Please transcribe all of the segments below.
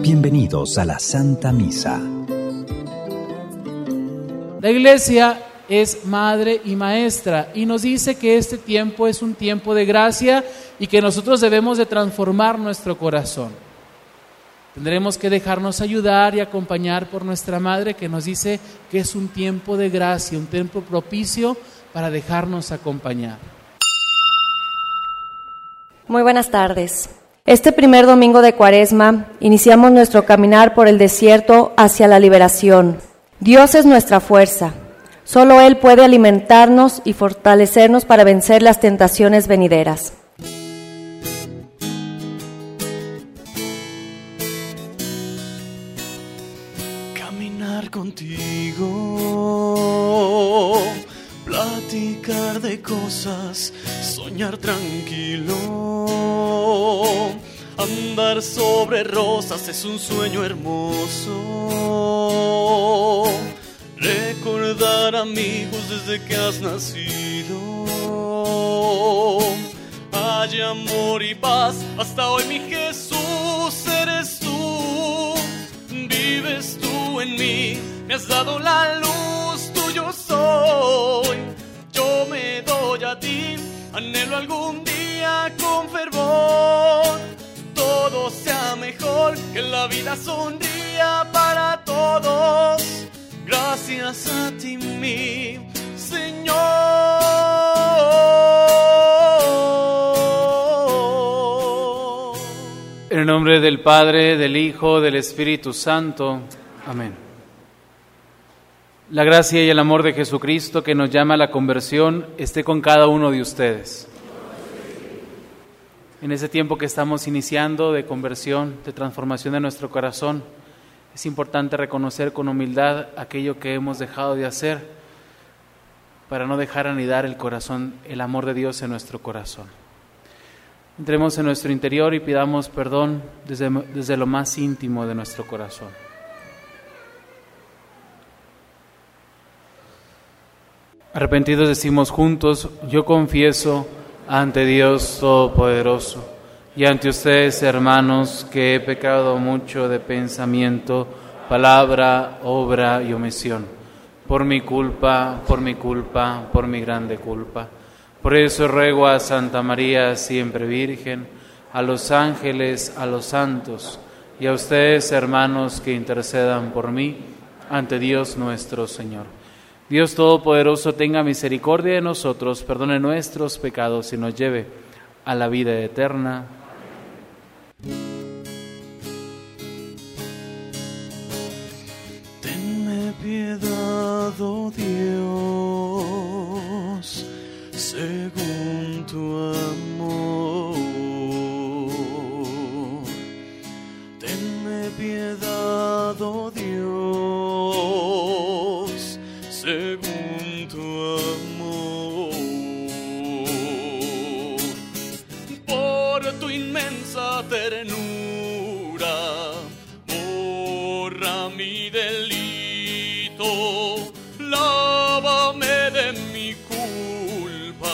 Bienvenidos a la Santa Misa. La Iglesia es madre y maestra y nos dice que este tiempo es un tiempo de gracia y que nosotros debemos de transformar nuestro corazón. Tendremos que dejarnos ayudar y acompañar por nuestra madre, que nos dice que es un tiempo de gracia, un tiempo propicio para dejarnos acompañar. Muy buenas tardes. Este primer domingo de Cuaresma iniciamos nuestro caminar por el desierto hacia la liberación. Dios es nuestra fuerza. Solo Él puede alimentarnos y fortalecernos para vencer las tentaciones venideras. Caminar contigo, platicar de cosas, soñar tranquilo, andar sobre rosas es un sueño hermoso. Recordar amigos desde que has nacido. Hay amor y paz, hasta hoy mi Jesús eres tú. Vives tú en mí, me has dado la luz, tuyo soy. Yo me doy a ti, anhelo algún día con fervor. Todo sea mejor, que la vida sonría para todos. Gracias a ti, mi Señor. En el nombre del Padre, del Hijo, del Espíritu Santo. Amén. La gracia y el amor de Jesucristo, que nos llama a la conversión, esté con cada uno de ustedes. En ese tiempo que estamos iniciando de conversión, de transformación de nuestro corazón, es importante reconocer con humildad aquello que hemos dejado de hacer para no dejar anidar el corazón, el amor de Dios en nuestro corazón. Entremos en nuestro interior y pidamos perdón desde lo más íntimo de nuestro corazón. Arrepentidos decimos juntos: yo confieso ante Dios Todopoderoso y ante ustedes, hermanos, que he pecado mucho de pensamiento, palabra, obra y omisión, por mi culpa, por mi grande culpa. Por eso ruego a Santa María, siempre Virgen, a los ángeles, a los santos y a ustedes, hermanos, que intercedan por mí ante Dios nuestro Señor. Dios Todopoderoso tenga misericordia de nosotros, perdone nuestros pecados y nos lleve a la vida eterna. Tenme piedad, oh Dios, según tu amor. Tenme piedad, oh Dios, según tu amor. Por tu inmensa ternura, borra mi delito, lávame de mi culpa,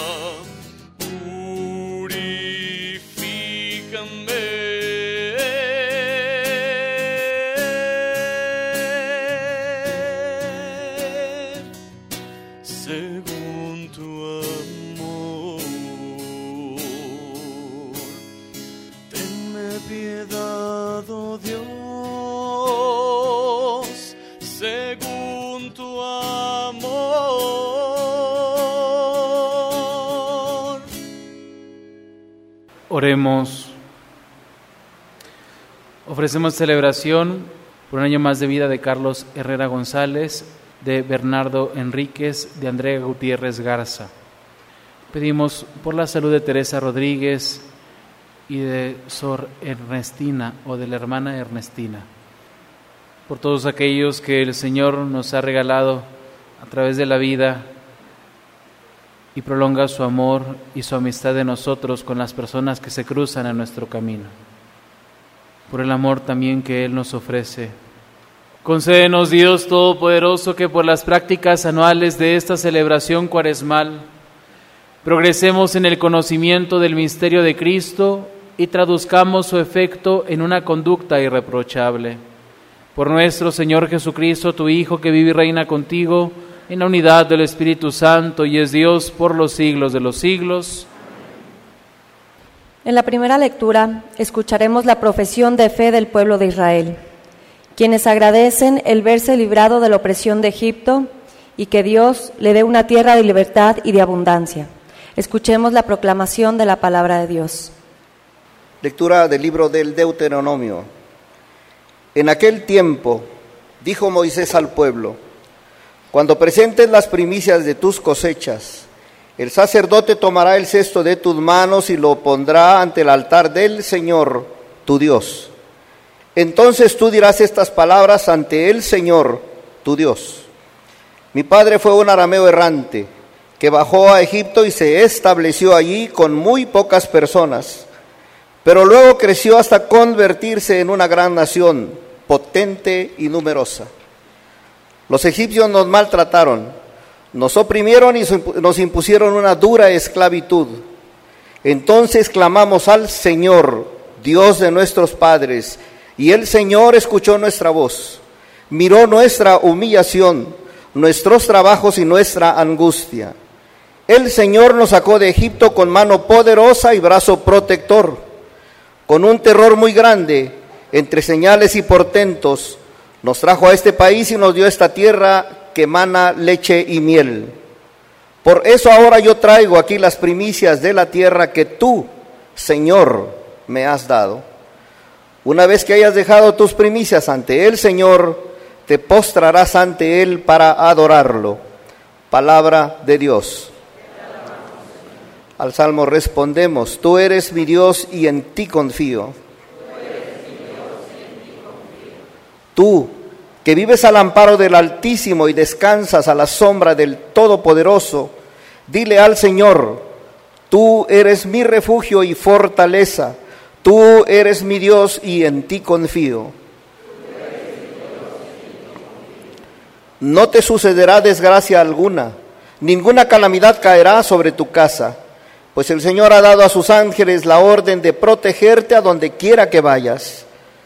según tu amor. Tenme piedad, oh Dios, según tu amor. Oremos. Ofrecemos celebración por un año más de vida de Carlos Herrera González, de Bernardo Enríquez, de Andrea Gutiérrez Garza. Pedimos por la salud de Teresa Rodríguez y de Sor Ernestina o de la hermana Ernestina. Por todos aquellos que el Señor nos ha regalado a través de la vida y prolonga su amor y su amistad de nosotros con las personas que se cruzan en nuestro camino. Por el amor también que Él nos ofrece. Concédenos, Dios Todopoderoso, que por las prácticas anuales de esta celebración cuaresmal progresemos en el conocimiento del misterio de Cristo y traduzcamos su efecto en una conducta irreprochable. Por nuestro Señor Jesucristo, tu Hijo, que vive y reina contigo en la unidad del Espíritu Santo y es Dios por los siglos de los siglos. En la primera lectura escucharemos la profesión de fe del pueblo de Israel, quienes agradecen el verse librado de la opresión de Egipto y que Dios le dé una tierra de libertad y de abundancia. Escuchemos la proclamación de la palabra de Dios. Lectura del libro del Deuteronomio. En aquel tiempo dijo Moisés al pueblo: cuando presentes las primicias de tus cosechas, el sacerdote tomará el cesto de tus manos y lo pondrá ante el altar del Señor, tu Dios. Entonces tú dirás estas palabras ante el Señor, tu Dios. Mi padre fue un arameo errante que bajó a Egipto y se estableció allí con muy pocas personas, pero luego creció hasta convertirse en una gran nación, potente y numerosa. Los egipcios nos maltrataron, nos oprimieron y nos impusieron una dura esclavitud. Entonces clamamos al Señor, Dios de nuestros padres, y el Señor escuchó nuestra voz, miró nuestra humillación, nuestros trabajos y nuestra angustia. El Señor nos sacó de Egipto con mano poderosa y brazo protector. Con un terror muy grande, entre señales y portentos, nos trajo a este país y nos dio esta tierra que mana leche y miel. Por eso ahora yo traigo aquí las primicias de la tierra que tú, Señor, me has dado. Una vez que hayas dejado tus primicias ante el Señor, te postrarás ante Él para adorarlo. Palabra de Dios. Al Salmo respondemos: tú eres mi Dios y en ti confío. Tú, que vives al amparo del Altísimo y descansas a la sombra del Todopoderoso, dile al Señor: tú eres mi refugio y fortaleza, tú eres mi Dios y en ti confío. No te sucederá desgracia alguna, ninguna calamidad caerá sobre tu casa, pues el Señor ha dado a sus ángeles la orden de protegerte a donde quiera que vayas.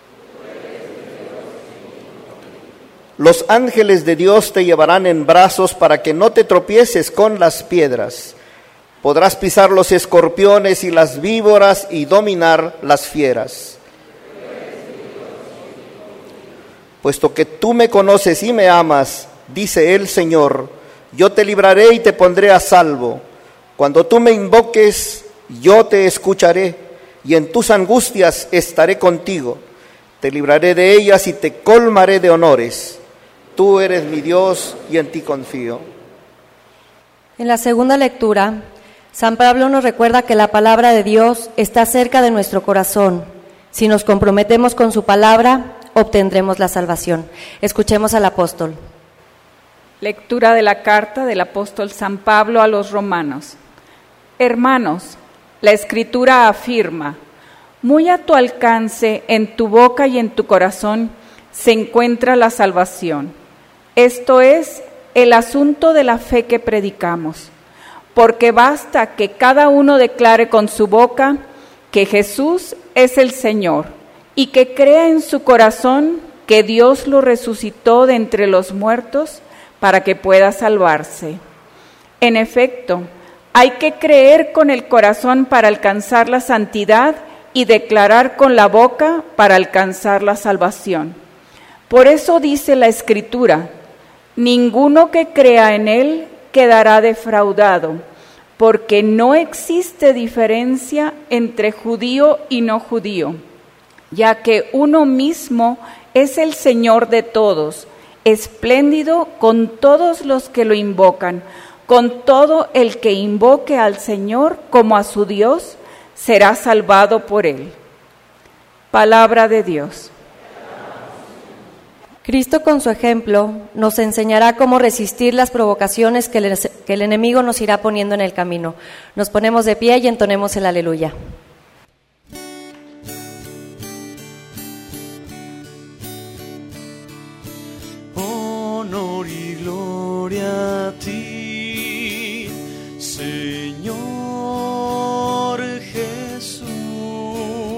Los ángeles de Dios te llevarán en brazos para que no te tropieces con las piedras. Podrás pisar los escorpiones y las víboras y dominar las fieras. Puesto que tú me conoces y me amas, dice el Señor, yo te libraré y te pondré a salvo. Cuando tú me invoques, yo te escucharé, y en tus angustias estaré contigo. Te libraré de ellas y te colmaré de honores. Tú eres mi Dios y en ti confío. En la segunda lectura, San Pablo nos recuerda que la palabra de Dios está cerca de nuestro corazón. Si nos comprometemos con su palabra, obtendremos la salvación. Escuchemos al apóstol. Lectura de la carta del apóstol San Pablo a los romanos. Hermanos, la Escritura afirma: muy a tu alcance, en tu boca y en tu corazón, se encuentra la salvación. Esto es el asunto de la fe que predicamos, porque basta que cada uno declare con su boca que Jesús es el Señor y que crea en su corazón que Dios lo resucitó de entre los muertos para que pueda salvarse. En efecto, hay que creer con el corazón para alcanzar la santidad y declarar con la boca para alcanzar la salvación. Por eso dice la Escritura: ninguno que crea en Él quedará defraudado, porque no existe diferencia entre judío y no judío, ya que uno mismo es el Señor de todos, espléndido con todos los que lo invocan. Con todo el que invoque al Señor como a su Dios, será salvado por Él. Palabra de Dios. Cristo, con su ejemplo, nos enseñará cómo resistir las provocaciones que el enemigo nos irá poniendo en el camino. Nos ponemos de pie y entonemos el aleluya. Honor y gloria a ti, Señor Jesús.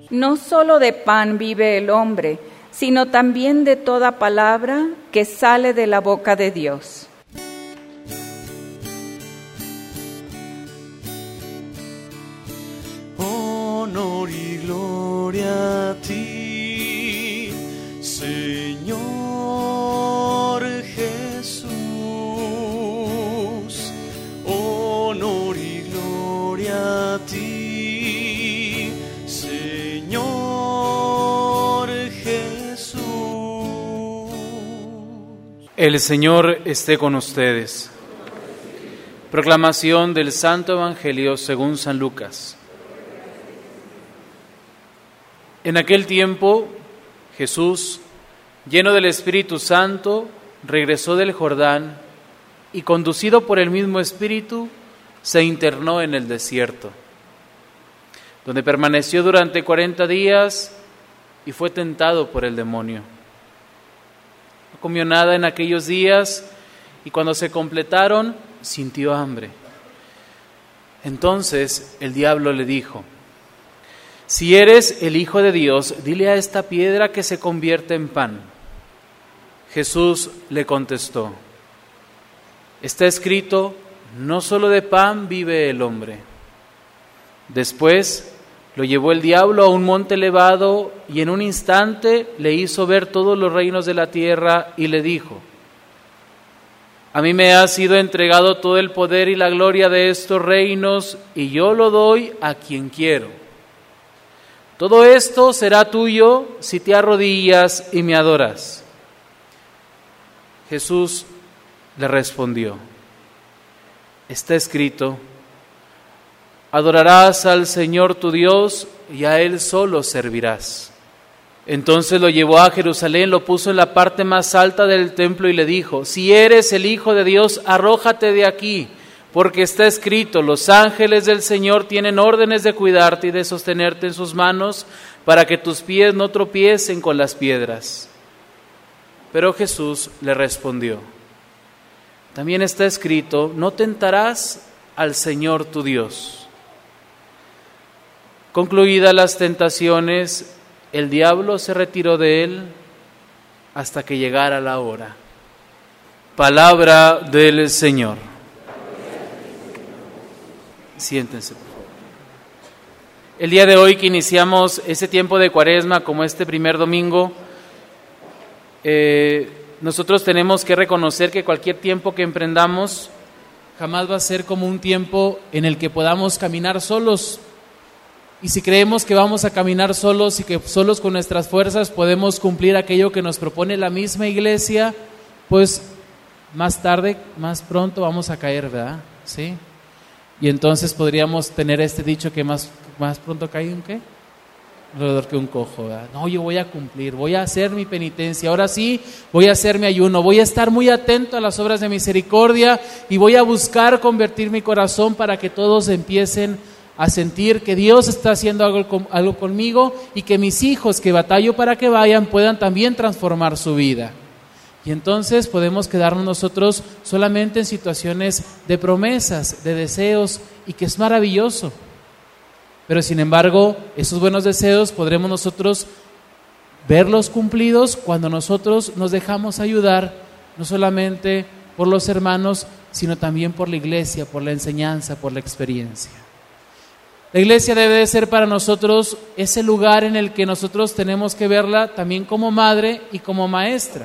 No solo de pan vive el hombre, sino también de toda palabra que sale de la boca de Dios. Honor y gloria a ti, Señor Jesús. Honor y gloria a ti, Señor Jesús. El Señor esté con ustedes. Proclamación del Santo Evangelio según San Lucas. En aquel tiempo, Jesús, lleno del Espíritu Santo, regresó del Jordán y, conducido por el mismo Espíritu, se internó en el desierto, donde permaneció durante 40 días y fue tentado por el demonio. No comió nada en aquellos días y cuando se completaron, sintió hambre. Entonces el diablo le dijo: si eres el Hijo de Dios, dile a esta piedra que se convierta en pan. Jesús le contestó: está escrito, no solo de pan vive el hombre. Después lo llevó el diablo a un monte elevado y en un instante le hizo ver todos los reinos de la tierra y le dijo: a mí me ha sido entregado todo el poder y la gloria de estos reinos y yo lo doy a quien quiero. Todo esto será tuyo si te arrodillas y me adoras. Jesús le respondió: está escrito, adorarás al Señor tu Dios y a Él solo servirás. Entonces lo llevó a Jerusalén, lo puso en la parte más alta del templo y le dijo: si eres el Hijo de Dios, arrójate de aquí, porque está escrito, los ángeles del Señor tienen órdenes de cuidarte y de sostenerte en sus manos para que tus pies no tropiecen con las piedras. Pero Jesús le respondió: también está escrito, no tentarás al Señor tu Dios. Concluidas las tentaciones, el diablo se retiró de él hasta que llegara la hora. Palabra del Señor. Siéntense. El día de hoy que iniciamos este tiempo de Cuaresma como este primer domingo, nosotros tenemos que reconocer que cualquier tiempo que emprendamos jamás va a ser como un tiempo en el que podamos caminar solos. Y si creemos que vamos a caminar solos y que solos con nuestras fuerzas podemos cumplir aquello que nos propone la misma Iglesia, pues más tarde, más pronto vamos a caer, ¿verdad? ¿Sí? Y entonces podríamos tener este dicho que más pronto cae un ¿qué? Alrededor que un cojo, ¿verdad? No, yo voy a cumplir, voy a hacer mi penitencia, ahora sí voy a hacer mi ayuno, voy a estar muy atento a las obras de misericordia y voy a buscar convertir mi corazón para que todos empiecen a sentir que Dios está haciendo algo conmigo y que mis hijos que batallo para que vayan puedan también transformar su vida. Y entonces podemos quedarnos nosotros solamente en situaciones de promesas, de deseos, y que es maravilloso. Pero sin embargo, esos buenos deseos podremos nosotros verlos cumplidos cuando nosotros nos dejamos ayudar, no solamente por los hermanos, sino también por la Iglesia, por la enseñanza, por la experiencia. La Iglesia debe de ser para nosotros ese lugar en el que nosotros tenemos que verla también como madre y como maestra.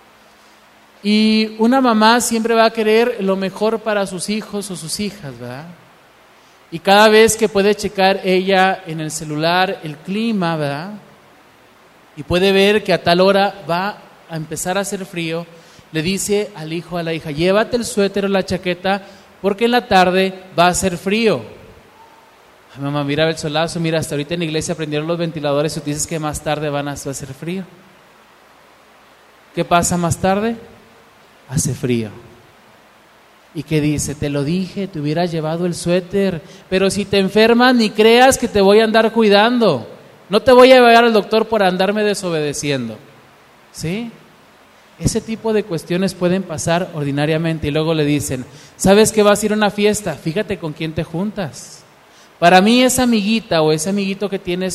Y una mamá siempre va a querer lo mejor para sus hijos o sus hijas, ¿verdad? Y cada vez que puede checar ella en el celular el clima, ¿verdad? Y puede ver que a tal hora va a empezar a hacer frío, le dice al hijo o a la hija: llévate el suéter o la chaqueta porque en la tarde va a hacer frío. Ay, mamá, mira el solazo, mira, hasta ahorita en la iglesia prendieron los ventiladores y tú dices que más tarde va a hacer frío. ¿Qué pasa más tarde? Hace frío. ¿Y qué dice? Te lo dije, te hubieras llevado el suéter, pero si te enfermas ni creas que te voy a andar cuidando, no te voy a llevar al doctor por andarme desobedeciendo. ¿Sí? Ese tipo de cuestiones pueden pasar ordinariamente y luego le dicen: ¿sabes que vas a ir a una fiesta? Fíjate con quién te juntas. Para mí esa amiguita o ese amiguito que tienes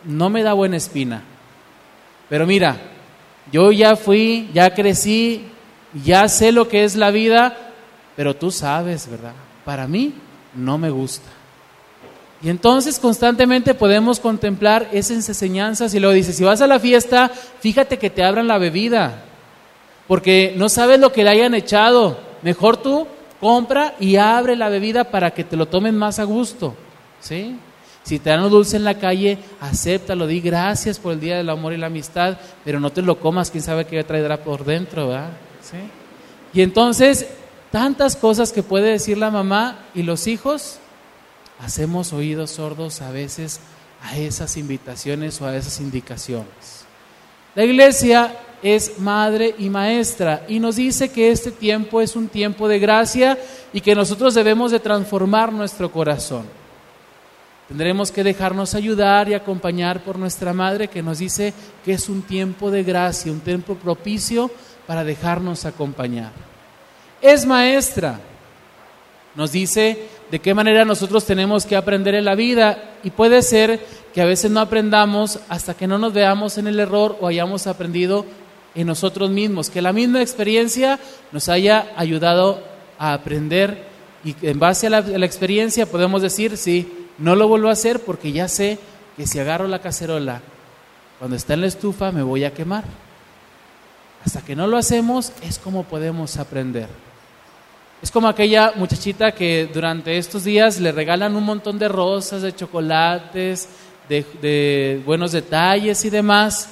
no me da buena espina. Pero mira, yo ya fui, ya crecí, ya sé lo que es la vida, pero tú sabes, ¿verdad? Para mí no me gusta. Y entonces constantemente podemos contemplar esas enseñanzas y luego dice, si vas a la fiesta, fíjate que te abran la bebida, porque no sabes lo que le hayan echado. Mejor tú compra y abre la bebida para que te lo tomen más a gusto, ¿sí? Si te dan un dulce en la calle, acéptalo, di gracias por el día del amor y la amistad, pero no te lo comas, quién sabe qué traerá por dentro, ¿verdad? ¿Sí? Y entonces, tantas cosas que puede decir la mamá y los hijos, hacemos oídos sordos a veces a esas invitaciones o a esas indicaciones. La iglesia es madre y maestra y nos dice que este tiempo es un tiempo de gracia y que nosotros debemos de transformar nuestro corazón. Tendremos que dejarnos ayudar y acompañar por nuestra madre, que nos dice que es un tiempo de gracia, un tiempo propicio para dejarnos acompañar. Es maestra, nos dice de qué manera nosotros tenemos que aprender en la vida, y puede ser que a veces no aprendamos hasta que no nos veamos en el error o hayamos aprendido en nosotros mismos, que la misma experiencia nos haya ayudado a aprender, y en base a la experiencia podemos decir, sí, no lo vuelvo a hacer porque ya sé que si agarro la cacerola cuando está en la estufa me voy a quemar. Hasta que no lo hacemos es como podemos aprender. Es como aquella muchachita que durante estos días le regalan un montón de rosas, de chocolates, de buenos detalles y demás,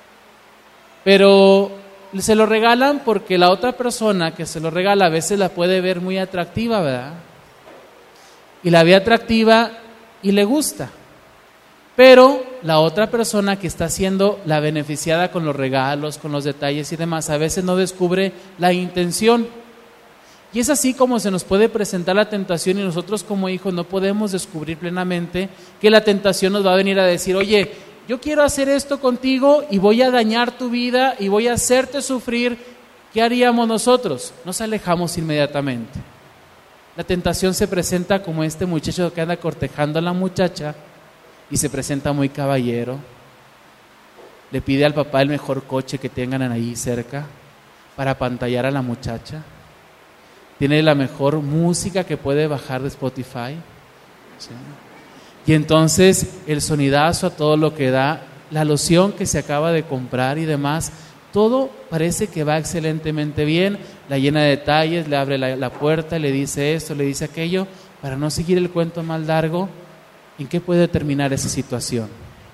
pero se lo regalan porque la otra persona que se lo regala a veces la puede ver muy atractiva, ¿verdad? Y la ve atractiva y le gusta, pero la otra persona que está siendo la beneficiada con los regalos, con los detalles y demás, a veces no descubre la intención. Y es así como se nos puede presentar la tentación, y nosotros como hijos no podemos descubrir plenamente que la tentación nos va a venir a decir, oye, yo quiero hacer esto contigo y voy a dañar tu vida y voy a hacerte sufrir. ¿Qué haríamos nosotros? Nos alejamos inmediatamente. La tentación se presenta como este muchacho que anda cortejando a la muchacha y se presenta muy caballero. Le pide al papá el mejor coche que tengan ahí cerca para apantallar a la muchacha. Tiene la mejor música que puede bajar de Spotify, ¿sí? Y entonces el sonidazo a todo lo que da, la loción que se acaba de comprar y demás, todo parece que va excelentemente bien, la llena de detalles, le abre la puerta, le dice esto, le dice aquello. Para no seguir el cuento más largo, ¿en qué puede terminar esa situación?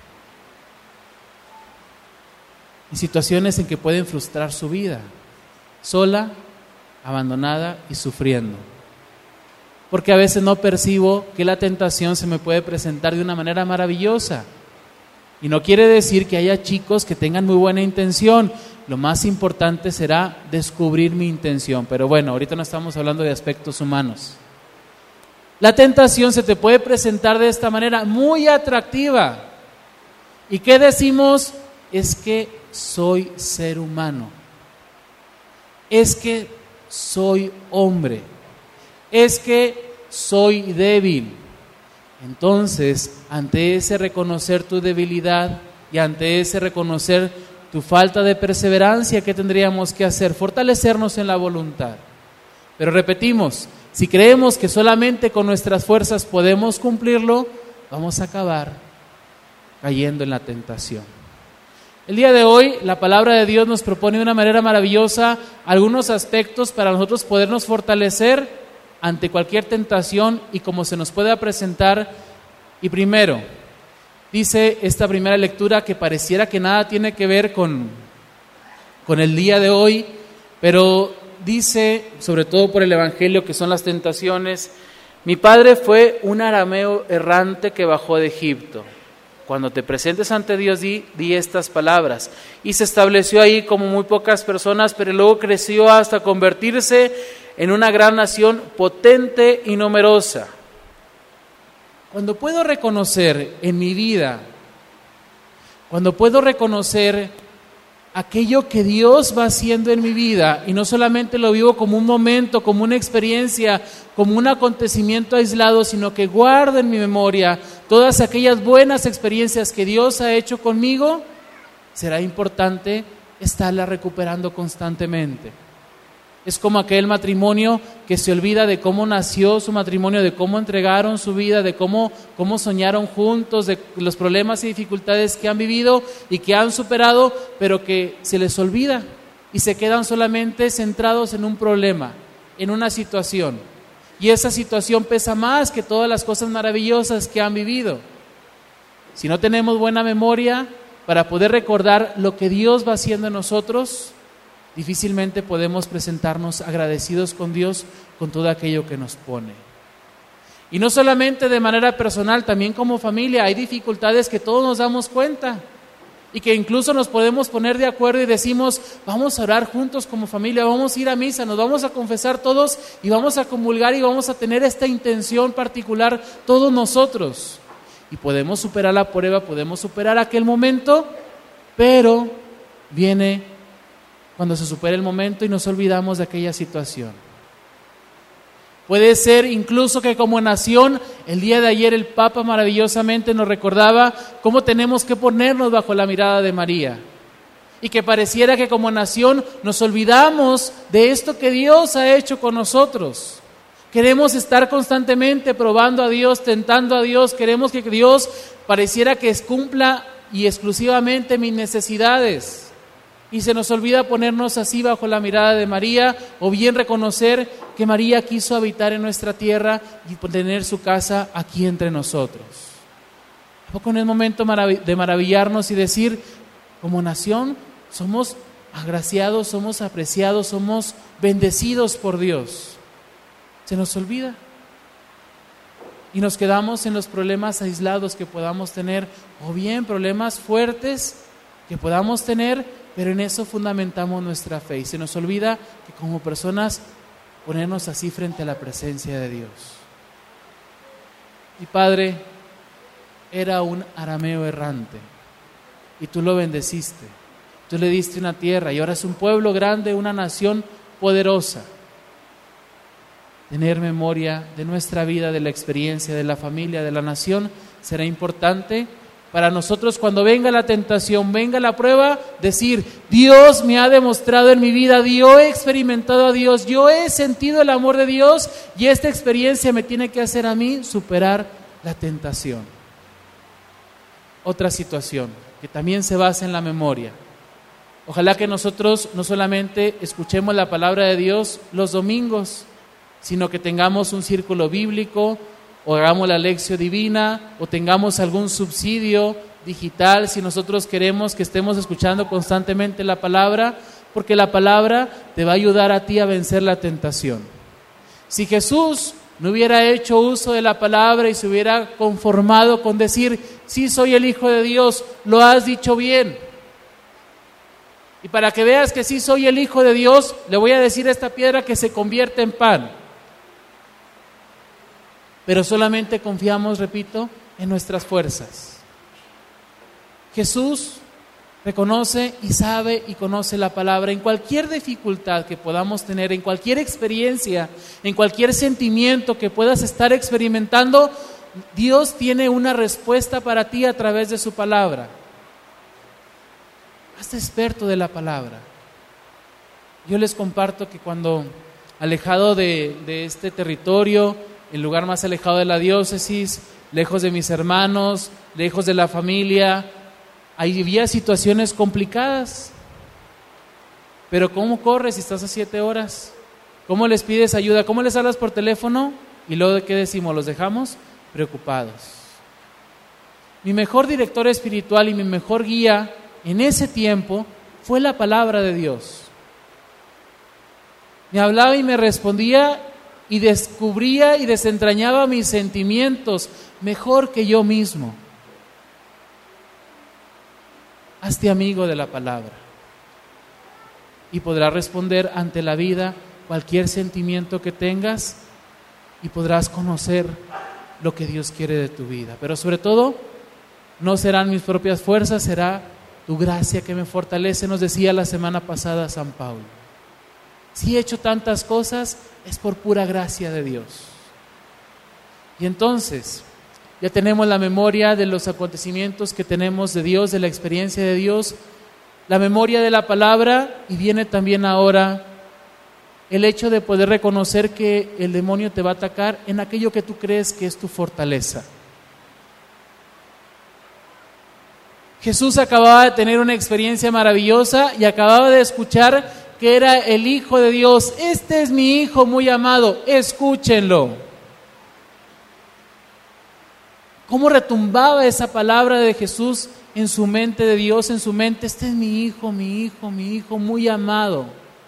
En situaciones en que pueden frustrar su vida, sola, abandonada y sufriendo. Porque a veces no percibo que la tentación se me puede presentar de una manera maravillosa. Y no quiere decir que haya chicos que tengan muy buena intención. Lo más importante será descubrir mi intención. Pero bueno, ahorita no estamos hablando de aspectos humanos. La tentación se te puede presentar de esta manera muy atractiva. ¿Y qué decimos? Es que soy ser humano. Es que soy hombre. Es que soy débil. Entonces, ante ese reconocer tu debilidad y ante ese reconocer tu falta de perseverancia, ¿qué tendríamos que hacer? Fortalecernos en la voluntad. Pero repetimos, si creemos que solamente con nuestras fuerzas podemos cumplirlo, vamos a acabar cayendo en la tentación. El día de hoy, la palabra de Dios nos propone de una manera maravillosa algunos aspectos para nosotros podernos fortalecer ante cualquier tentación y cómo se nos pueda presentar. Y primero, dice esta primera lectura que pareciera que nada tiene que ver con el día de hoy, pero dice, sobre todo por el Evangelio, que son las tentaciones: mi padre fue un arameo errante que bajó de Egipto. Cuando te presentes ante Dios, di estas palabras. Y se estableció ahí como muy pocas personas, pero luego creció hasta convertirse en una gran nación potente y numerosa. Cuando puedo reconocer en mi vida, cuando puedo reconocer aquello que Dios va haciendo en mi vida, y no solamente lo vivo como un momento, como una experiencia, como un acontecimiento aislado, sino que guardo en mi memoria todas aquellas buenas experiencias que Dios ha hecho conmigo, será importante estarla recuperando constantemente. Es como aquel matrimonio que se olvida de cómo nació su matrimonio, de cómo entregaron su vida, de cómo soñaron juntos, de los problemas y dificultades que han vivido y que han superado, pero que se les olvida y se quedan solamente centrados en un problema, en una situación. Y esa situación pesa más que todas las cosas maravillosas que han vivido. Si no tenemos buena memoria para poder recordar lo que Dios va haciendo en nosotros, difícilmente podemos presentarnos agradecidos con Dios con todo aquello que nos pone. Y no solamente de manera personal, también como familia hay dificultades que todos nos damos cuenta y que incluso nos podemos poner de acuerdo y decimos, vamos a orar juntos como familia, vamos a ir a misa, nos vamos a confesar todos y vamos a comulgar y vamos a tener esta intención particular todos nosotros. Y podemos superar la prueba, podemos superar aquel momento, pero viene cuando se supera el momento y nos olvidamos de aquella situación. Puede ser incluso que como nación, el día de ayer el Papa maravillosamente nos recordaba cómo tenemos que ponernos bajo la mirada de María. Y que pareciera que como nación nos olvidamos de esto que Dios ha hecho con nosotros. Queremos estar constantemente probando a Dios, tentando a Dios, queremos que Dios pareciera que cumpla y exclusivamente mis necesidades. Y se nos olvida ponernos así bajo la mirada de María, o bien reconocer que María quiso habitar en nuestra tierra y tener su casa aquí entre nosotros. ¿A poco no es momento de maravillarnos y decir, como nación somos agraciados, somos apreciados, somos bendecidos por Dios? Se nos olvida. Y nos quedamos en los problemas aislados que podamos tener, o bien problemas fuertes que podamos tener, pero en eso fundamentamos nuestra fe y se nos olvida que como personas ponernos así frente a la presencia de Dios. Mi padre era un arameo errante y tú lo bendeciste, tú le diste una tierra y ahora es un pueblo grande, una nación poderosa. Tener memoria de nuestra vida, de la experiencia, de la familia, de la nación, será importante para nosotros cuando venga la tentación, venga la prueba, decir, Dios me ha demostrado en mi vida, yo he experimentado a Dios, yo he sentido el amor de Dios y esta experiencia me tiene que hacer a mí superar la tentación. Otra situación que también se basa en la memoria. Ojalá que nosotros no solamente escuchemos la palabra de Dios los domingos, sino que tengamos un círculo bíblico, o hagamos la lección divina, o tengamos algún subsidio digital, si nosotros queremos que estemos escuchando constantemente la palabra, porque la palabra te va a ayudar a ti a vencer la tentación. Si Jesús no hubiera hecho uso de la palabra y se hubiera conformado con decir, sí soy el Hijo de Dios, lo has dicho bien. Y para que veas que sí soy el Hijo de Dios, le voy a decir a esta piedra que se convierte en pan. Pero solamente confiamos, repito, en nuestras fuerzas. Jesús reconoce y sabe y conoce la palabra. En cualquier dificultad que podamos tener, en cualquier experiencia, en cualquier sentimiento que puedas estar experimentando, Dios tiene una respuesta para ti a través de su palabra. Hazte experto de la palabra. Yo les comparto que cuando alejado de este territorio, el lugar más alejado de la diócesis, lejos de mis hermanos, lejos de la familia, había situaciones complicadas. Pero ¿cómo corres si estás a 7 horas? ¿Cómo les pides ayuda? ¿Cómo les hablas por teléfono? Y luego, ¿qué decimos? Los dejamos preocupados. Mi mejor director espiritual y mi mejor guía en ese tiempo fue la palabra de Dios. Me hablaba y me respondía y descubría y desentrañaba mis sentimientos mejor que yo mismo. Hazte amigo de la palabra y podrás responder ante la vida cualquier sentimiento que tengas y podrás conocer lo que Dios quiere de tu vida. Pero sobre todo, no serán mis propias fuerzas, será tu gracia que me fortalece, nos decía la semana pasada San Pablo. Si he hecho tantas cosas, es por pura gracia de Dios. Y entonces, ya tenemos la memoria de los acontecimientos que tenemos de Dios, de la experiencia de Dios, la memoria de la palabra, y viene también ahora el hecho de poder reconocer que el demonio te va a atacar en aquello que tú crees que es tu fortaleza. Jesús acababa de tener una experiencia maravillosa y acababa de escuchar que era el Hijo de Dios. Este es mi Hijo muy amado, escúchenlo. ¿Cómo retumbaba esa palabra de Jesús en su mente, de Dios en su mente? Este es mi Hijo, mi Hijo, mi Hijo muy amado.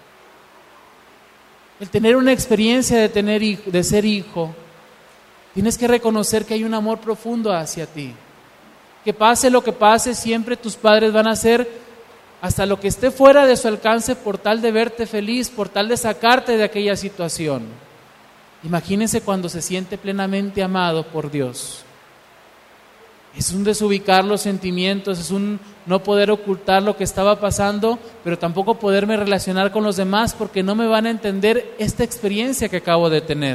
El tener una experiencia de ser hijo, tienes que reconocer que hay un amor profundo hacia ti. Que pase lo que pase, siempre tus padres van a hacer hasta lo que esté fuera de su alcance por tal de verte feliz, por tal de sacarte de aquella situación. Imagínense cuando se siente plenamente amado por Dios. Es un desubicar los sentimientos, es un no poder ocultar lo que estaba pasando, pero tampoco poderme relacionar con los demás porque no me van a entender esta experiencia que acabo de tener.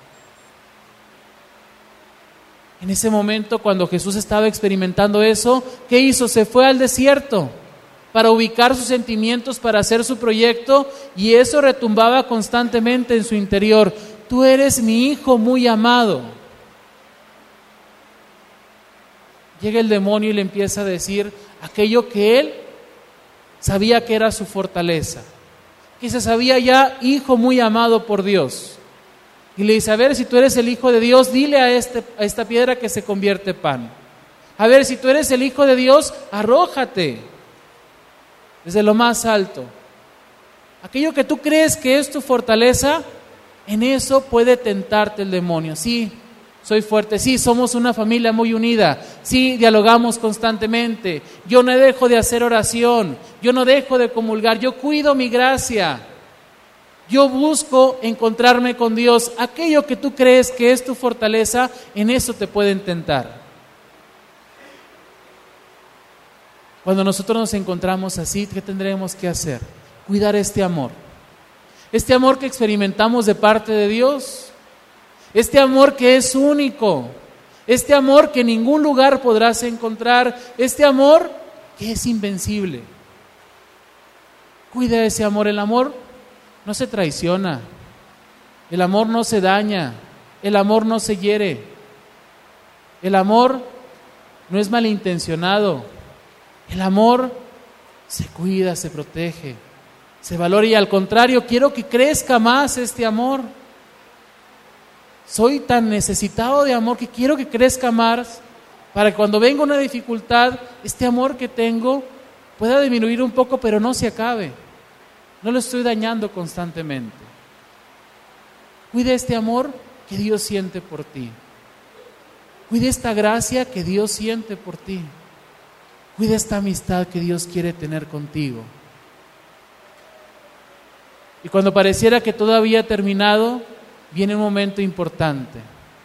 En ese momento, cuando Jesús estaba experimentando eso, ¿qué hizo? Se fue al desierto para ubicar sus sentimientos, para hacer su proyecto, y eso retumbaba constantemente en su interior. Tú eres mi Hijo muy amado. Llega el demonio y le empieza a decir aquello que él sabía que era su fortaleza, que se sabía ya hijo muy amado por Dios. Y le dice, a ver, si tú eres el Hijo de Dios, dile a esta piedra que se convierte en pan. A ver, si tú eres el Hijo de Dios, arrójate desde lo más alto. Aquello que tú crees que es tu fortaleza, en eso puede tentarte el demonio. Sí, soy fuerte, sí, somos una familia muy unida, sí, dialogamos constantemente, yo no dejo de hacer oración, yo no dejo de comulgar, yo cuido mi gracia. Yo busco encontrarme con Dios. Aquello que tú crees que es tu fortaleza, en eso te pueden tentar. Cuando nosotros nos encontramos así, ¿qué tendremos que hacer? Cuidar este amor. Este amor que experimentamos de parte de Dios. Este amor que es único. Este amor que en ningún lugar podrás encontrar. Este amor que es invencible. Cuida ese amor. El amor no se traiciona, el amor no se daña, el amor no se hiere, el amor no es malintencionado, el amor se cuida, se protege, se valora y al contrario, quiero que crezca más este amor. Soy tan necesitado de amor que quiero que crezca más para que cuando venga una dificultad, este amor que tengo pueda disminuir un poco, pero no se acabe. No lo estoy dañando constantemente. Cuida este amor que Dios siente por ti. Cuida esta gracia que Dios siente por ti. Cuida esta amistad que Dios quiere tener contigo. Y cuando pareciera que todo había terminado, viene un momento importante.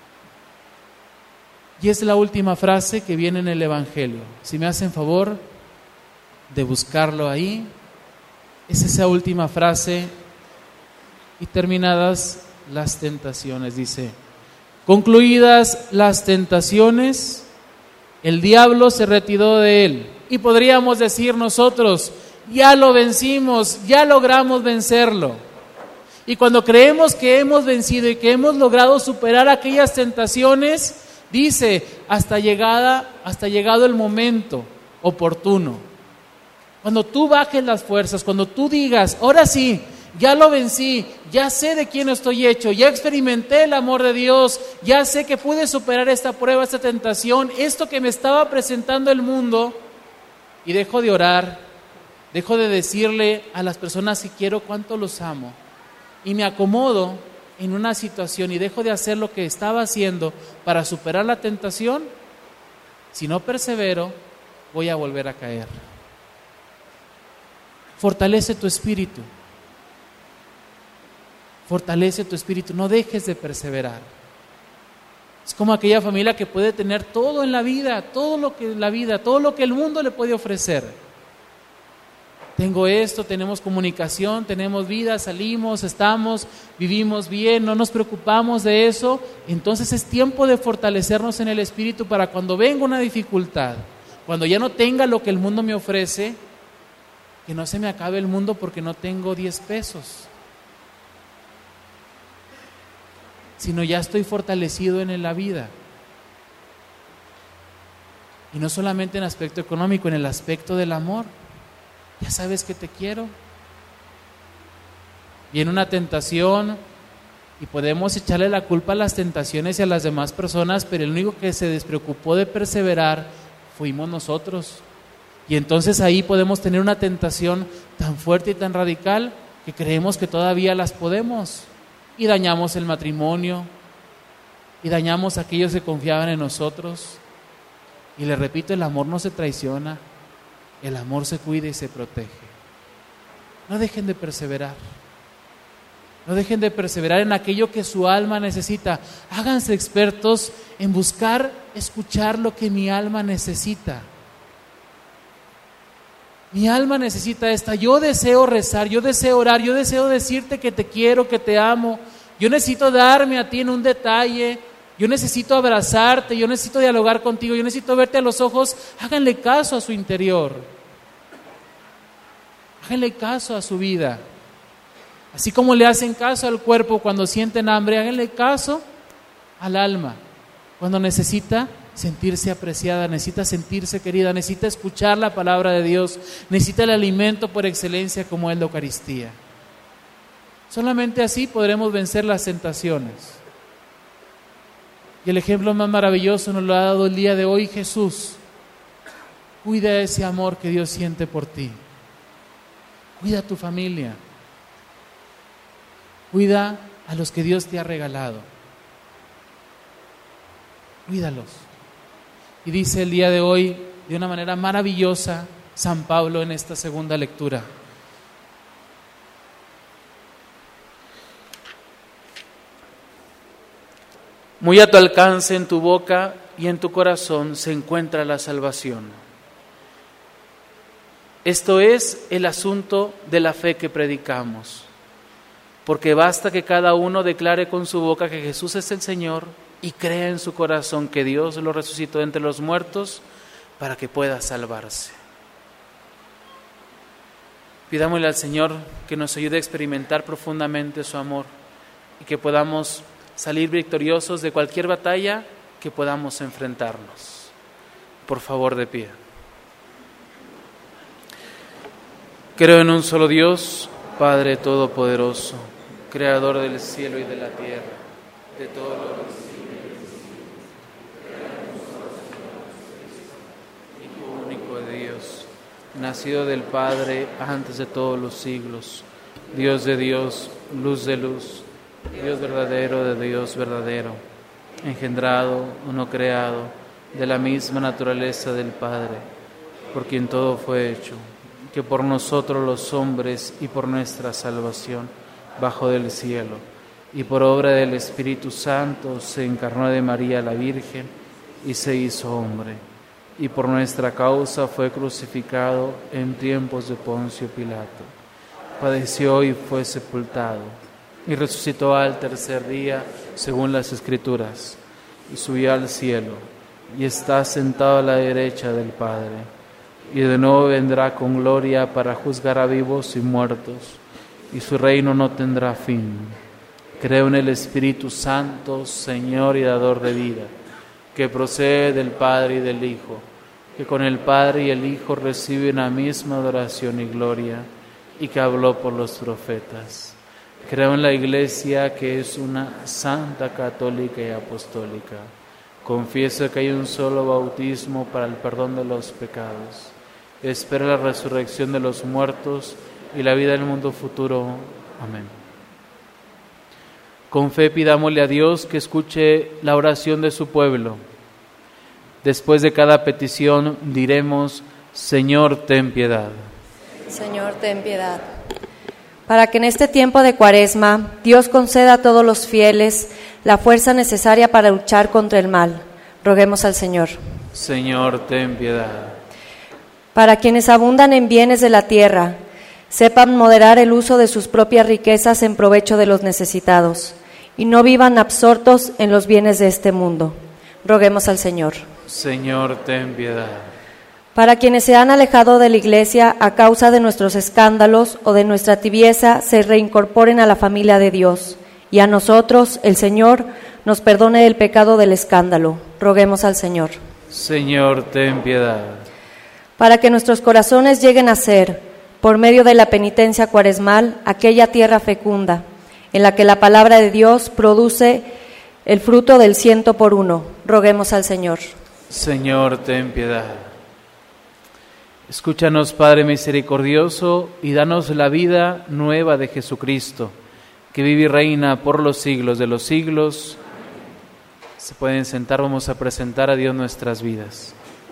Y es la última frase que viene en el Evangelio. Si me hacen favor de buscarlo ahí. Es esa última frase, y terminadas las tentaciones, dice, concluidas las tentaciones, el diablo se retiró de él. Y podríamos decir nosotros, ya lo vencimos, ya logramos vencerlo. Y cuando creemos que hemos vencido y que hemos logrado superar aquellas tentaciones, dice, hasta llegado el momento oportuno. Cuando tú bajes las fuerzas, cuando tú digas, ahora sí, ya lo vencí, ya sé de quién estoy hecho, ya experimenté el amor de Dios, ya sé que pude superar esta prueba, esta tentación, esto que me estaba presentando el mundo, y dejo de orar, dejo de decirle a las personas que quiero cuánto los amo, y me acomodo en una situación y dejo de hacer lo que estaba haciendo para superar la tentación, si no persevero, voy a volver a caer. Fortalece tu espíritu. Fortalece tu espíritu. No dejes de perseverar. Es como aquella familia que puede tener todo en la vida, todo lo que el mundo le puede ofrecer. tengo esto, tenemos comunicación, tenemos vida, salimos, estamos, vivimos bien, no nos preocupamos de eso, entonces es tiempo de fortalecernos en el espíritu para cuando venga una dificultad, cuando ya no tenga lo que el mundo me ofrece, que no se me acabe el mundo porque no tengo 10 pesos, sino ya estoy fortalecido en la vida. Y no solamente en aspecto económico, en el aspecto del amor. Ya sabes que te quiero. Viene una tentación y podemos echarle la culpa a las tentaciones y a las demás personas, pero el único que se despreocupó de perseverar fuimos nosotros. Y entonces ahí podemos tener una tentación tan fuerte y tan radical que creemos que todavía las podemos. Y dañamos el matrimonio, y dañamos a aquellos que confiaban en nosotros. Y les repito, el amor no se traiciona, el amor se cuida y se protege. No dejen de perseverar. No dejen de perseverar en aquello que su alma necesita. Háganse expertos en buscar escuchar lo que mi alma necesita. Mi alma necesita esta. Yo deseo rezar, yo deseo orar, yo deseo decirte que te quiero, que te amo. Yo necesito darme a ti en un detalle. Yo necesito abrazarte, yo necesito dialogar contigo, yo necesito verte a los ojos. Háganle caso a su interior. Háganle caso a su vida. Así como le hacen caso al cuerpo cuando sienten hambre, háganle caso al alma cuando necesita sentirse apreciada, necesita sentirse querida, necesita escuchar la palabra de Dios, necesita el alimento por excelencia como es la Eucaristía. Solamente así podremos vencer las tentaciones. Y el ejemplo más maravilloso nos lo ha dado el día de hoy Jesús. Cuida ese amor que Dios siente por ti. Cuida a tu familia. Cuida a los que Dios te ha regalado. Cuídalos. Y dice el día de hoy, de una manera maravillosa, San Pablo en esta segunda lectura. Muy a tu alcance en tu boca y en tu corazón se encuentra la salvación. Esto es el asunto de la fe que predicamos, porque basta que cada uno declare con su boca que Jesús es el Señor y crea en su corazón que Dios lo resucitó entre los muertos para que pueda salvarse. Pidámosle al Señor que nos ayude a experimentar profundamente su amor y que podamos salir victoriosos de cualquier batalla que podamos enfrentarnos. Por favor, de pie. Creo en un solo Dios, Padre Todopoderoso, Creador del cielo y de la tierra, de todo lo Hijo único de Dios, nacido del Padre antes de todos los siglos, Dios de Dios, luz de luz, Dios verdadero de Dios verdadero, engendrado, uno creado, de la misma naturaleza del Padre, por quien todo fue hecho, que por nosotros los hombres y por nuestra salvación bajó del cielo, y por obra del Espíritu Santo se encarnó de María la Virgen y se hizo hombre, y por nuestra causa fue crucificado en tiempos de Poncio Pilato, padeció y fue sepultado, y resucitó al tercer día, según las Escrituras, y subió al cielo, y está sentado a la derecha del Padre, y de nuevo vendrá con gloria para juzgar a vivos y muertos, y su reino no tendrá fin. Creo en el Espíritu Santo, Señor y dador de vida, que procede del Padre y del Hijo, que con el Padre y el Hijo recibe una misma adoración y gloria, y que habló por los profetas. Creo en la Iglesia, que es una santa, católica y apostólica. Confieso que hay un solo bautismo para el perdón de los pecados. Espero la resurrección de los muertos y la vida del mundo futuro. Amén. Con fe pidámosle a Dios que escuche la oración de su pueblo. Después de cada petición diremos: Señor, ten piedad. Señor, ten piedad. Para que en este tiempo de Cuaresma Dios conceda a todos los fieles la fuerza necesaria para luchar contra el mal. Roguemos al Señor. Señor, ten piedad. Para quienes abundan en bienes de la tierra, sepan moderar el uso de sus propias riquezas en provecho de los necesitados, y no vivan absortos en los bienes de este mundo. Roguemos al Señor. Señor, ten piedad. Para quienes se han alejado de la Iglesia a causa de nuestros escándalos o de nuestra tibieza, se reincorporen a la familia de Dios, y a nosotros, el Señor, nos perdone el pecado del escándalo. Roguemos al Señor. Señor, ten piedad. Para que nuestros corazones lleguen a ser, por medio de la penitencia cuaresmal, aquella tierra fecunda, en la que la palabra de Dios produce el fruto del 100 por 1. Roguemos al Señor. Señor, ten piedad. Escúchanos, Padre misericordioso, y danos la vida nueva de Jesucristo, que vive y reina por los siglos de los siglos. Se pueden sentar, vamos a presentar a Dios nuestras vidas.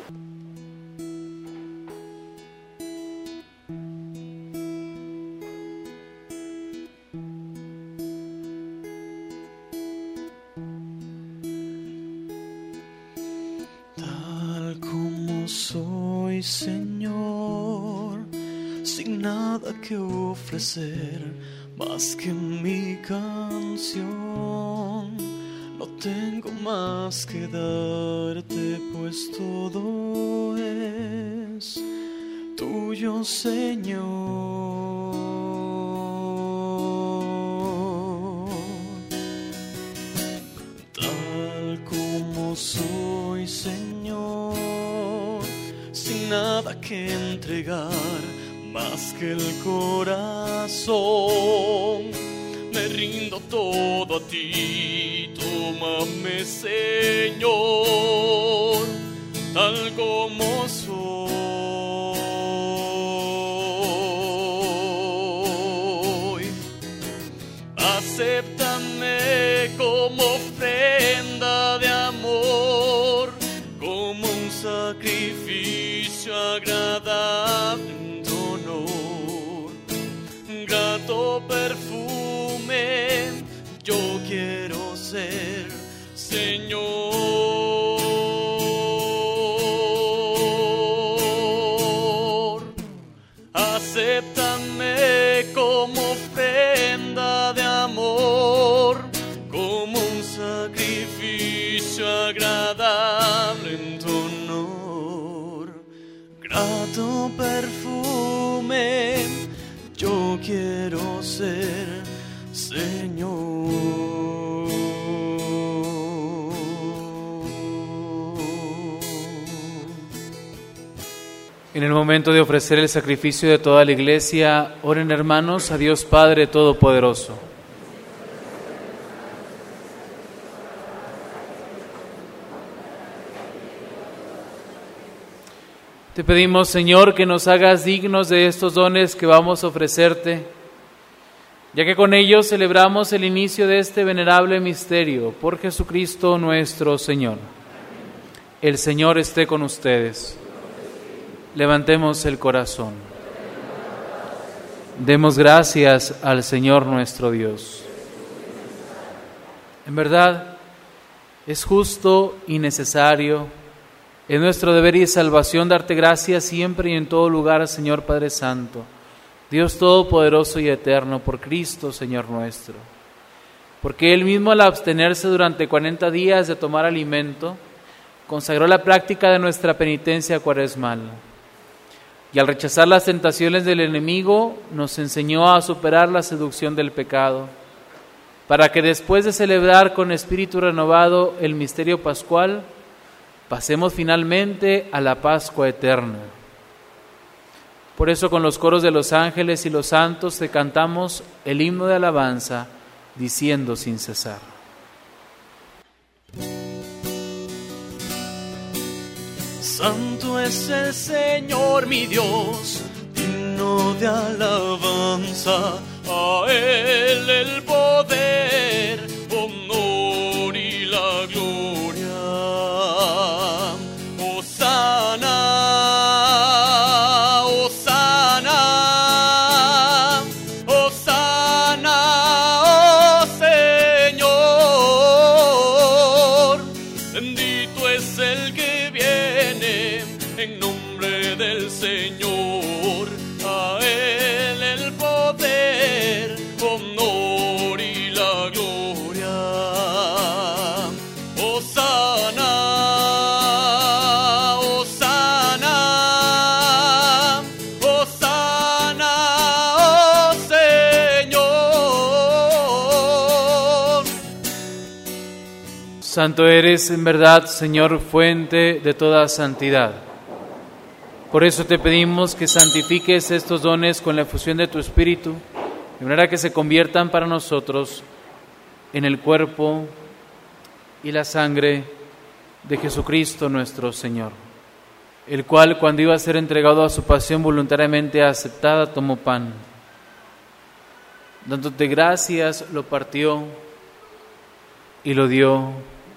Tal como soy, Señor, sin nada que ofrecer más que mi canción. No tengo más que darte, pues todo es tuyo, Señor. Tal como soy, Señor, sin nada que entregar más que el corazón. Me rindo todo a ti, tómame, Señor, tal como soy. Acéptame como ofrenda de amor, como un sacrificio agradable en tu honor, grato perfume. Yo quiero ser, Señor. Acéptame como ofrenda de amor, como un sacrificio agradable en tu honor, grato perfume. Yo quiero ser, Señor. En el momento de ofrecer el sacrificio de toda la Iglesia, oren, hermanos, a Dios Padre Todopoderoso. Te pedimos, Señor, que nos hagas dignos de estos dones que vamos a ofrecerte, ya que con ellos celebramos el inicio de este venerable misterio, por Jesucristo nuestro Señor. El Señor esté con ustedes. Levantemos el corazón. Demos gracias al Señor nuestro Dios. En verdad, es justo y necesario, es nuestro deber y salvación darte gracias siempre y en todo lugar, Señor Padre Santo, Dios Todopoderoso y Eterno, por Cristo, Señor nuestro. Porque Él mismo, al abstenerse durante 40 días de tomar alimento, consagró la práctica de nuestra penitencia cuaresmal. Y al rechazar las tentaciones del enemigo, nos enseñó a superar la seducción del pecado, para que después de celebrar con espíritu renovado el misterio pascual, pasemos finalmente a la Pascua eterna. Por eso, con los coros de los ángeles y los santos, te cantamos el himno de alabanza, diciendo sin cesar. Santo es el Señor mi Dios, digno de alabanza, a Él el poder, honor y la gloria. Hosana, Hosana, Hosana, oh Señor, bendito es el que viene en nombre del Señor, a Él Santo eres en verdad, Señor, fuente de toda santidad. Por eso te pedimos que santifiques estos dones con la efusión de tu Espíritu, de manera que se conviertan para nosotros en el cuerpo y la sangre de Jesucristo nuestro Señor, el cual, cuando iba a ser entregado a su pasión voluntariamente aceptada, tomó pan. Dándote gracias, lo partió y lo dio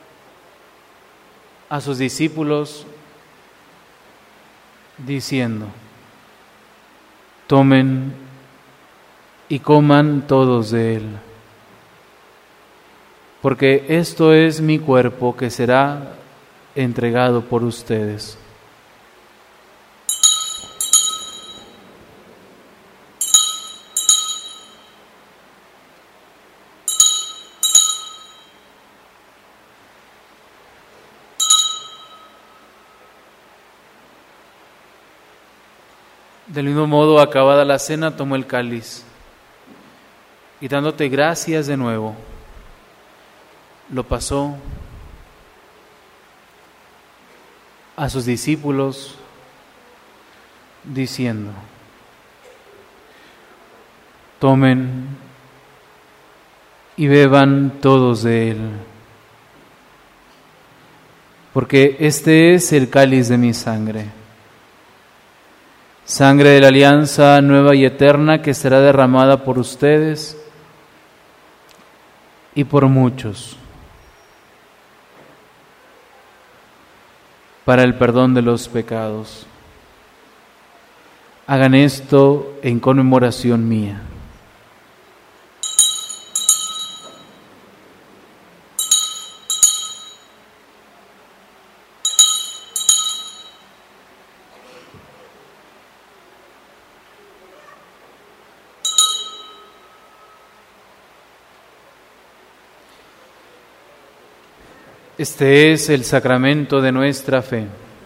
a sus discípulos, diciendo: tomen y coman todos de él, porque esto es mi cuerpo que será entregado por ustedes. Del mismo modo, acabada la cena, tomó el cáliz y, dándote gracias de nuevo, lo pasó a sus discípulos, diciendo: tomen y beban todos de él, porque este es el cáliz de mi sangre, sangre de la alianza nueva y eterna, que será derramada por ustedes y por muchos para el perdón de los pecados. Hagan esto en conmemoración mía. Este es el sacramento de nuestra fe.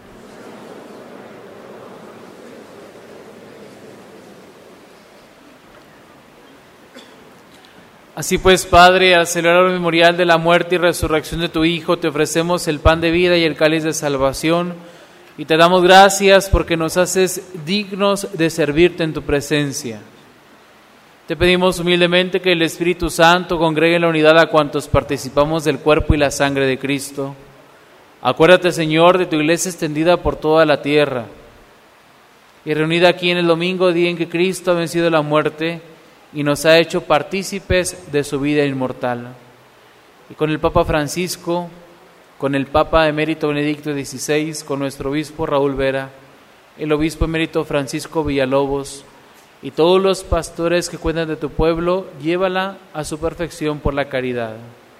Así pues, Padre, al celebrar el memorial de la muerte y resurrección de tu Hijo, te ofrecemos el pan de vida y el cáliz de salvación, y te damos gracias porque nos haces dignos de servirte en tu presencia. Te pedimos humildemente que el Espíritu Santo congregue en la unidad a cuantos participamos del cuerpo y la sangre de Cristo. Acuérdate, Señor, de tu iglesia extendida por toda la tierra y reunida aquí en el domingo, día en que Cristo ha vencido la muerte y nos ha hecho partícipes de su vida inmortal. Y con el Papa Francisco, con el Papa emérito Benedicto XVI, con nuestro obispo Raúl Vera, el obispo emérito Francisco Villalobos, y todos los pastores que cuidan de tu pueblo, llévala a su perfección por la caridad.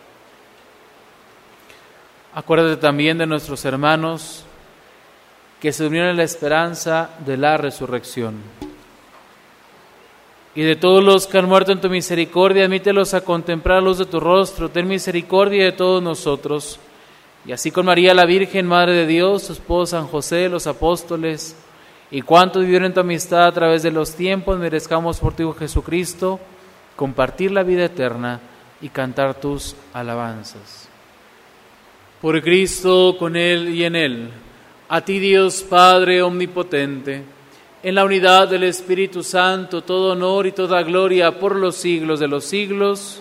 Acuérdate también de nuestros hermanos que se unieron en la esperanza de la resurrección. Y de todos los que han muerto en tu misericordia, admítelos a contemplar la luz de tu rostro. Ten misericordia de todos nosotros. Y así con María la Virgen, Madre de Dios, su esposo San José, los apóstoles, y cuantos vivieron en tu amistad a través de los tiempos, merezcamos por ti, Jesucristo, compartir la vida eterna y cantar tus alabanzas. Por Cristo, con Él y en Él, a ti, Dios Padre omnipotente, en la unidad del Espíritu Santo, todo honor y toda gloria por los siglos de los siglos.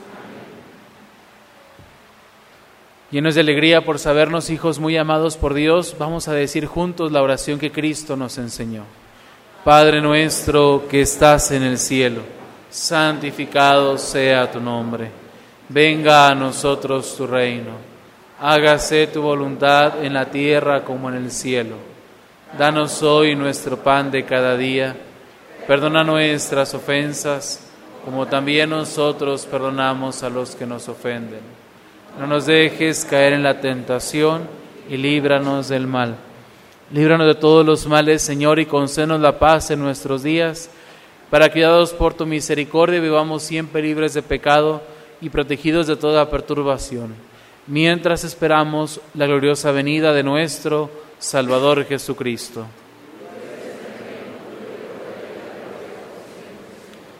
Llenos de alegría por sabernos hijos muy amados por Dios, vamos a decir juntos la oración que Cristo nos enseñó. Padre nuestro que estás en el cielo, santificado sea tu nombre. Venga a nosotros tu reino. Hágase tu voluntad en la tierra como en el cielo. Danos hoy nuestro pan de cada día. Perdona nuestras ofensas, como también nosotros perdonamos a los que nos ofenden. No nos dejes caer en la tentación y líbranos del mal. Líbranos de todos los males, Señor, y concédenos la paz en nuestros días, para que, guiados por tu misericordia, vivamos siempre libres de pecado y protegidos de toda perturbación, mientras esperamos la gloriosa venida de nuestro Salvador Jesucristo.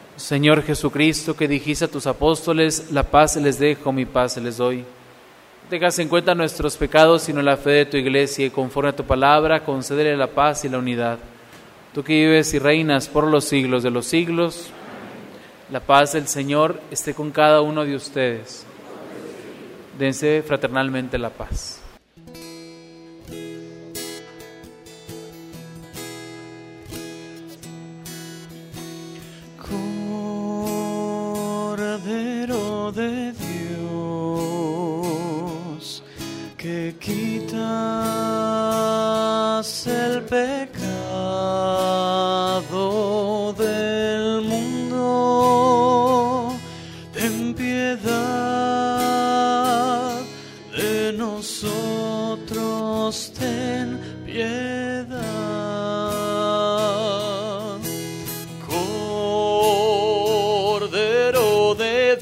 Señor Jesucristo, que dijiste a tus apóstoles: la paz les dejo, mi paz les doy. tengas en cuenta nuestros pecados, sino la fe de tu Iglesia, y conforme a tu palabra, concédele la paz y la unidad. Tú que vives y reinas por los siglos de los siglos, la paz del Señor esté con cada uno de ustedes. Dense fraternalmente la paz. Cordero de Dios, que quitas el pecado del mundo, ten piedad de nosotros, ten piedad. Cordero de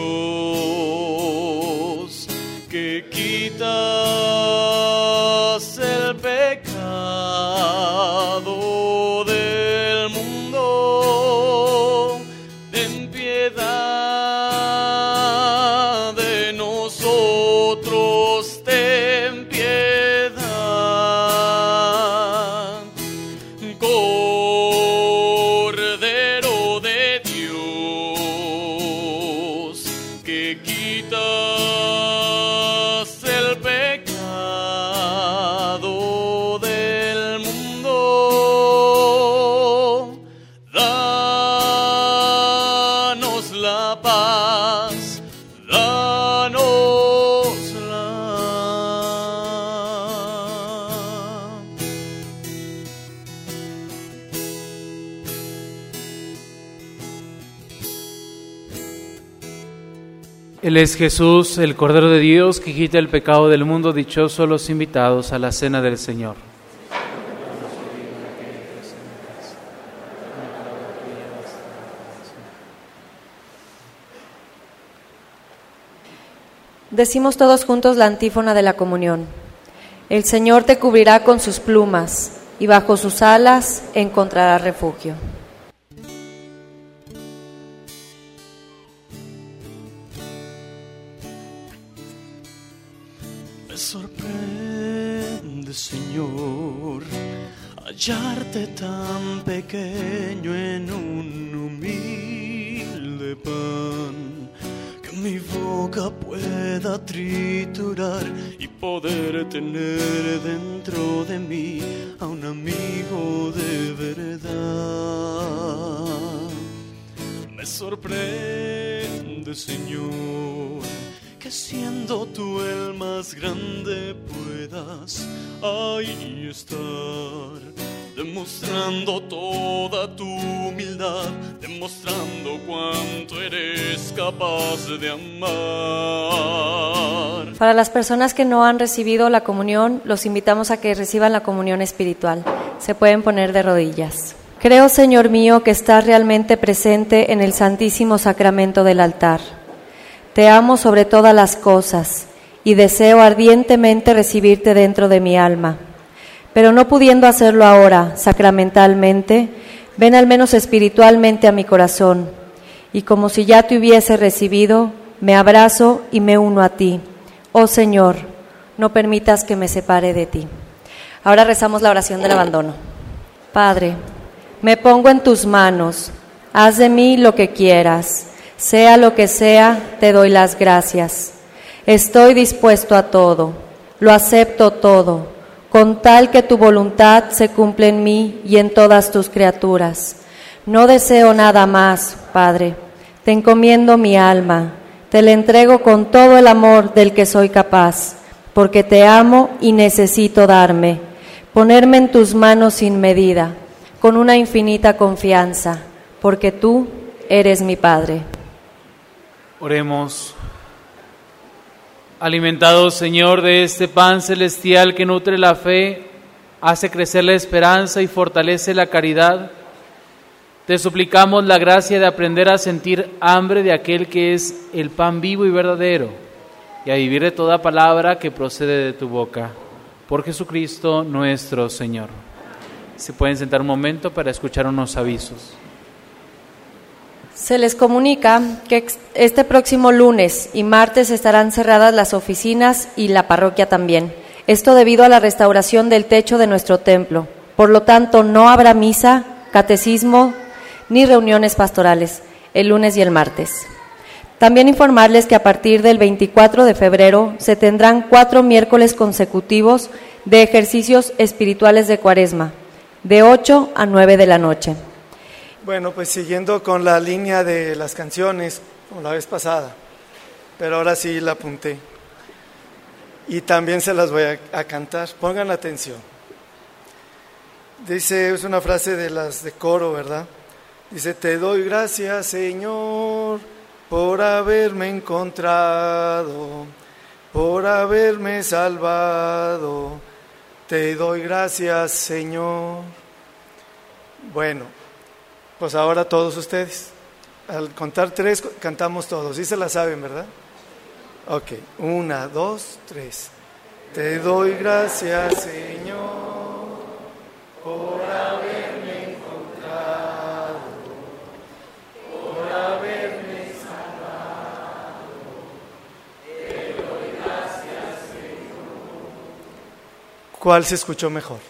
Dios, que quitas el pecado del mundo, ten piedad de nosotros, ten piedad. Cordero de Dios, que quitas el pecado del mundo, danos la paz, danosla. Él es Jesús, el Cordero de Dios, que quita el pecado del mundo. Dichosos los invitados a la cena del Señor. Decimos todos juntos la antífona de la comunión. El Señor te cubrirá con sus plumas, y bajo sus alas encontrarás refugio. Me sorprende, Señor, hallarte tan pequeño en un humilde pan, que mi boca pueda triturar y poder tener dentro de mí a un amigo de verdad. Me sorprende, Señor, que siendo tú el más grande puedas ahí estar, demostrando toda tu humildad, demostrando cuánto eres capaz de amar. Para las personas que no han recibido la comunión, los invitamos a que reciban la comunión espiritual. Se pueden poner de rodillas. Creo, Señor mío, que estás realmente presente en el Santísimo Sacramento del altar. Te amo sobre todas las cosas y deseo ardientemente recibirte dentro de mi alma. Pero no pudiendo hacerlo ahora sacramentalmente, ven al menos espiritualmente a mi corazón, y como si ya te hubiese recibido, me abrazo y me uno a ti. Oh Señor, no permitas que me separe de ti. Ahora rezamos la oración del abandono. Padre, me pongo en tus manos, haz de mí lo que quieras. Sea lo que sea, te doy las gracias. Estoy dispuesto a todo, lo acepto todo, con tal que tu voluntad se cumpla en mí y en todas tus criaturas. No deseo nada más, Padre. Te encomiendo mi alma, te la entrego con todo el amor del que soy capaz, porque te amo y necesito darme, ponerme en tus manos sin medida, con una infinita confianza, porque tú eres mi Padre. Oremos. Alimentados, Señor, de este pan celestial que nutre la fe, hace crecer la esperanza y fortalece la caridad, te suplicamos la gracia de aprender a sentir hambre de aquel que es el pan vivo y verdadero, y a vivir de toda palabra que procede de tu boca. Por Jesucristo nuestro Señor. Se pueden sentar un momento para escuchar unos avisos. Se les comunica que este próximo lunes y martes estarán cerradas las oficinas y la parroquia también. Esto debido a la restauración del techo de nuestro templo. Por lo tanto, no habrá misa, catecismo ni reuniones pastorales el lunes y el martes. También informarles que a partir del 24 de febrero se tendrán 4 miércoles consecutivos de ejercicios espirituales de Cuaresma, de 8 a 9 de la noche. Bueno, pues siguiendo con la línea de las canciones, como la vez pasada, pero ahora sí la apunté. Y también se las voy a cantar, pongan atención. Dice, es una frase de las de coro, ¿verdad? Dice, te doy gracias, Señor, por haberme encontrado, por haberme salvado. Te doy gracias, Señor. Bueno, pues ahora todos ustedes. Al contar 3, cantamos todos. Sí se la saben, ¿verdad? Ok, 1, 2, 3. Te doy gracias, Señor, por haberme encontrado, por haberme salvado. Te doy gracias, Señor. ¿Cuál se escuchó mejor?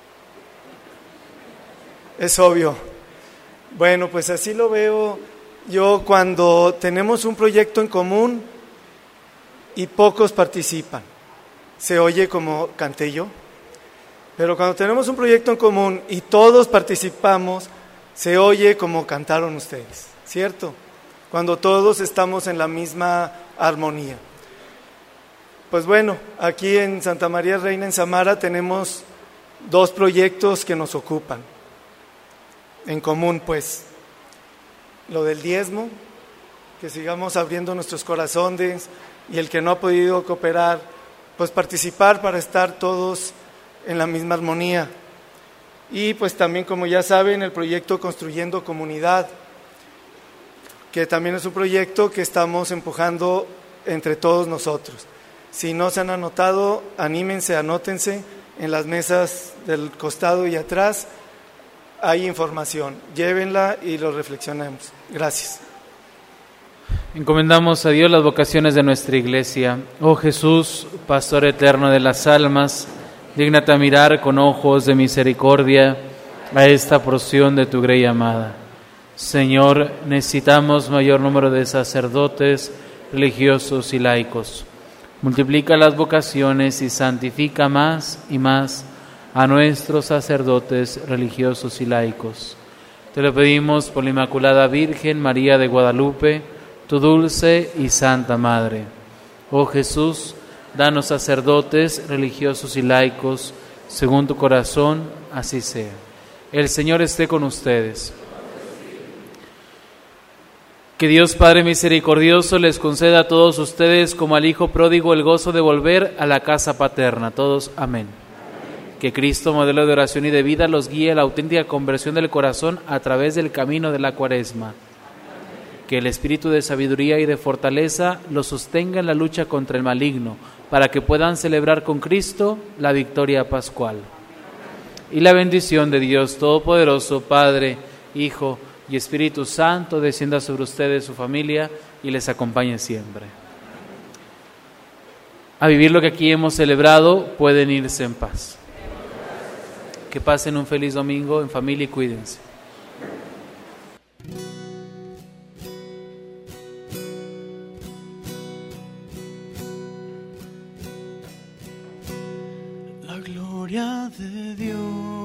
Es obvio. Bueno, pues así lo veo yo cuando tenemos un proyecto en común y pocos participan. Se oye como canté yo. Pero cuando tenemos un proyecto en común y todos participamos, se oye como cantaron ustedes, ¿cierto? Cuando todos estamos en la misma armonía. Pues bueno, aquí en Santa María Reina, en Samara, tenemos 2 proyectos que nos ocupan. En común, pues, lo del diezmo, que sigamos abriendo nuestros corazones, y el que no ha podido cooperar, pues participar para estar todos en la misma armonía. Y pues también, como ya saben, el proyecto Construyendo Comunidad, que también es un proyecto que estamos empujando entre todos nosotros. Si no se han anotado, anímense, anótense en las mesas del costado y atrás. Hay información, llévenla y lo reflexionemos. Gracias. Encomendamos a Dios las vocaciones de nuestra iglesia. Oh Jesús, Pastor eterno de las almas, dígnate a mirar con ojos de misericordia a esta porción de tu grey amada. Señor, necesitamos mayor número de sacerdotes, religiosos y laicos. Multiplica las vocaciones y santifica más y más a nuestros sacerdotes, religiosos y laicos. Te lo pedimos por la Inmaculada Virgen María de Guadalupe, tu dulce y santa Madre. Oh Jesús, danos sacerdotes, religiosos y laicos, según tu corazón, así sea. El Señor esté con ustedes. Que Dios Padre misericordioso les conceda a todos ustedes, como al Hijo pródigo, el gozo de volver a la casa paterna. Todos, amén. Que Cristo, modelo de oración y de vida, los guíe a la auténtica conversión del corazón a través del camino de la Cuaresma. Que el espíritu de sabiduría y de fortaleza los sostenga en la lucha contra el maligno, para que puedan celebrar con Cristo la victoria pascual. Y la bendición de Dios Todopoderoso, Padre, Hijo y Espíritu Santo, descienda sobre ustedes, su familia, y les acompañe siempre. A vivir lo que aquí hemos celebrado, pueden irse en paz. Que pasen un feliz domingo en familia y cuídense. La gloria de Dios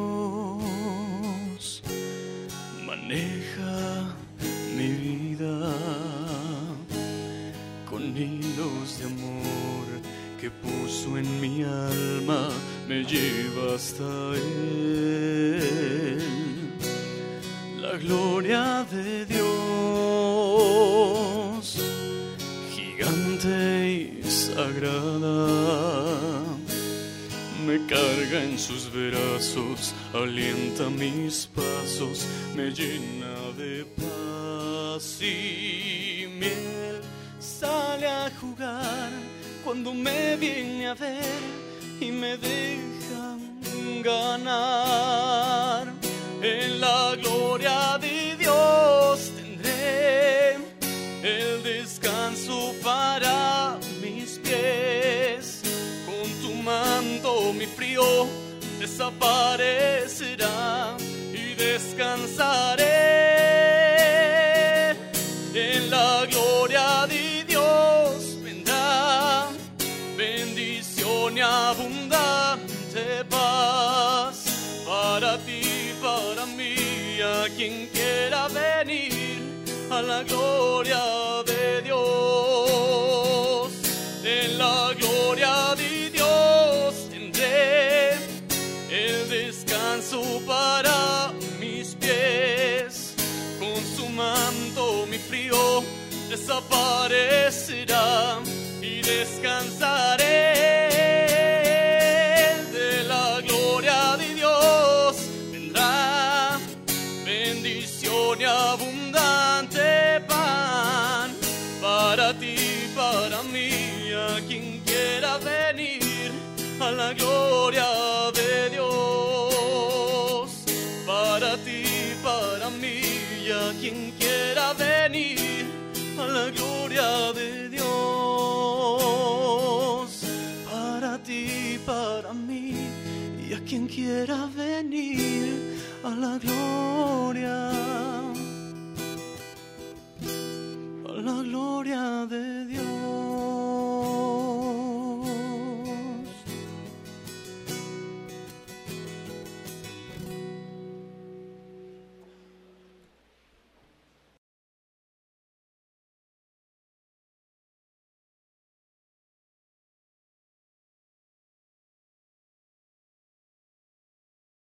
maneja mi vida con hilos de amor que puso en mi alma, me lleva hasta Él. La gloria de Dios, gigante y sagrada, me carga en sus brazos, alienta mis pasos, me llena de paz y miel. Sale a jugar cuando me viene a ver y me dejan ganar. En la gloria de Dios tendré frío desaparecerá y descansaré. En la gloria de Dios vendrá bendición y abundante paz para ti, para mí, a quien quiera venir a la gloria de Dios. En la gloria de Dios tendré el descanso para mis pies. Con su manto mi frío desaparecerá y descansaré. De la gloria de Dios vendrá bendición y abundante pan para ti, para mí, a quien quiera venir a la gloria de Dios. Para ti, para mí, y a quien quiera venir a la gloria de Dios. Para ti, para mí, y a quien quiera venir a la gloria de Dios.